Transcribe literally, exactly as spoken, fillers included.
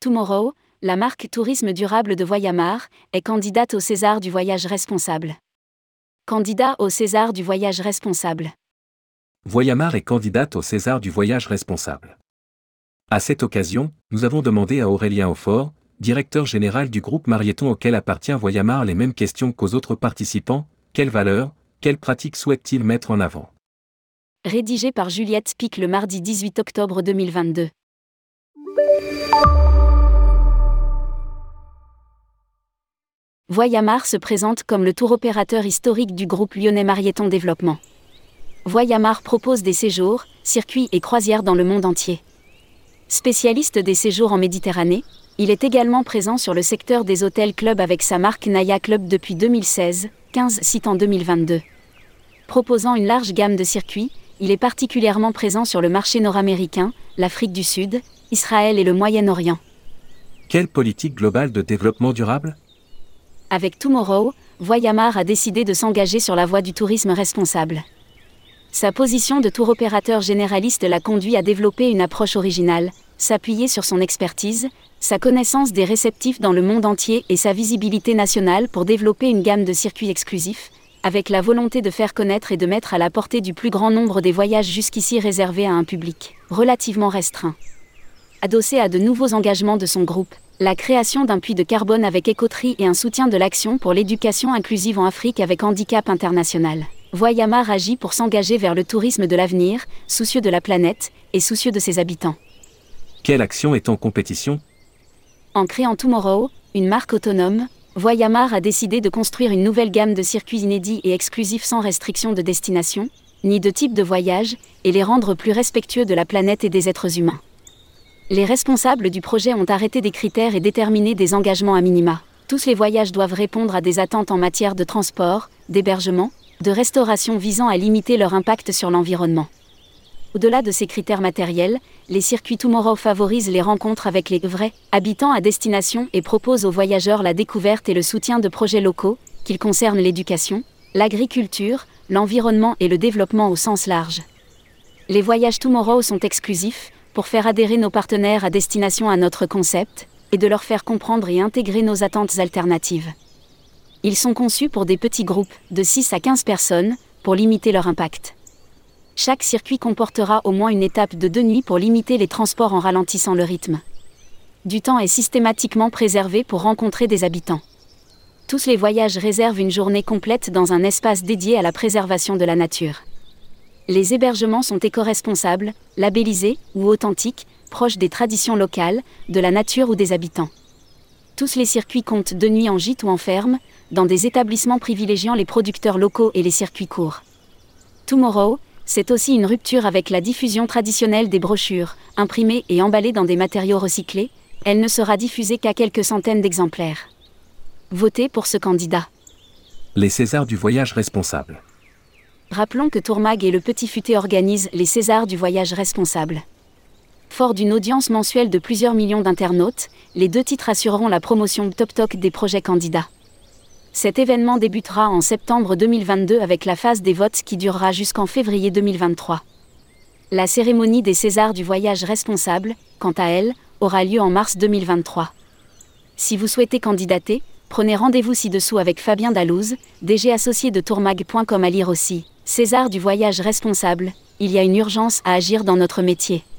Tomorrow, la marque tourisme durable de Voyamar, est candidate au César du voyage responsable. Candidat au César du voyage responsable. Voyamar est candidate au César du voyage responsable. À cette occasion, nous avons demandé à Aurélien Aufort, directeur général du groupe Marieton auquel appartient Voyamar, les mêmes questions qu'aux autres participants: quelles valeurs, quelles pratiques souhaite-t-il mettre en avant? Rédigé par Juliette Pic le mardi dix-huit octobre deux mille vingt-deux. Voyamar se présente comme le tour opérateur historique du groupe lyonnais Marieton Développement. Voyamar propose des séjours, circuits et croisières dans le monde entier. Spécialiste des séjours en Méditerranée, il est également présent sur le secteur des hôtels-clubs avec sa marque Naya Club depuis deux mille seize, quinze sites en deux mille vingt-deux. Proposant une large gamme de circuits, il est particulièrement présent sur le marché nord-américain, l'Afrique du Sud, Israël et le Moyen-Orient. Quelle politique globale de développement durable? Avec Tomorrow, Voyamar a décidé de s'engager sur la voie du tourisme responsable. Sa position de tour opérateur généraliste l'a conduit à développer une approche originale, s'appuyer sur son expertise, sa connaissance des réceptifs dans le monde entier et sa visibilité nationale pour développer une gamme de circuits exclusifs, avec la volonté de faire connaître et de mettre à la portée du plus grand nombre des voyages jusqu'ici réservés à un public relativement restreint. Adossé à de nouveaux engagements de son groupe, la création d'un puits de carbone avec Écoterie et un soutien de l'action pour l'éducation inclusive en Afrique avec Handicap International, Voyamar agit pour s'engager vers le tourisme de l'avenir, soucieux de la planète et soucieux de ses habitants. Quelle action est en compétition? En créant Tomorrow, une marque autonome, Voyamar a décidé de construire une nouvelle gamme de circuits inédits et exclusifs sans restriction de destination, ni de type de voyage, et les rendre plus respectueux de la planète et des êtres humains. Les responsables du projet ont arrêté des critères et déterminé des engagements à minima. Tous les voyages doivent répondre à des attentes en matière de transport, d'hébergement, de restauration visant à limiter leur impact sur l'environnement. Au-delà de ces critères matériels, les circuits Tomorrow favorisent les rencontres avec les vrais habitants à destination et proposent aux voyageurs la découverte et le soutien de projets locaux, qu'ils concernent l'éducation, l'agriculture, l'environnement et le développement au sens large. Les voyages Tomorrow sont exclusifs, pour faire adhérer nos partenaires à destination à notre concept, et de leur faire comprendre et intégrer nos attentes alternatives. Ils sont conçus pour des petits groupes, de six à quinze personnes, pour limiter leur impact. Chaque circuit comportera au moins une étape de deux nuits pour limiter les transports en ralentissant le rythme. Du temps est systématiquement préservé pour rencontrer des habitants. Tous les voyages réservent une journée complète dans un espace dédié à la préservation de la nature. Les hébergements sont éco-responsables, labellisés ou authentiques, proches des traditions locales, de la nature ou des habitants. Tous les circuits comptent deux nuits en gîte ou en ferme, dans des établissements privilégiant les producteurs locaux et les circuits courts. Tomorrow, c'est aussi une rupture avec la diffusion traditionnelle des brochures, imprimées et emballées dans des matériaux recyclés. Elle ne sera diffusée qu'à quelques centaines d'exemplaires. Votez pour ce candidat. Les Césars du voyage responsable. Rappelons que Tourmag et le Petit Futé organisent les Césars du voyage responsable. Fort d'une audience mensuelle de plusieurs millions d'internautes, les deux titres assureront la promotion top-top des projets candidats. Cet événement débutera en septembre deux mille vingt-deux avec la phase des votes qui durera jusqu'en février deux mille vingt-trois. La cérémonie des Césars du voyage responsable, quant à elle, aura lieu en mars deux mille vingt-trois. Si vous souhaitez candidater, prenez rendez-vous ci-dessous avec Fabien Dallouz, D G associé de tourmag point com. À lire aussi, César du voyage responsable, il y a une urgence à agir dans notre métier.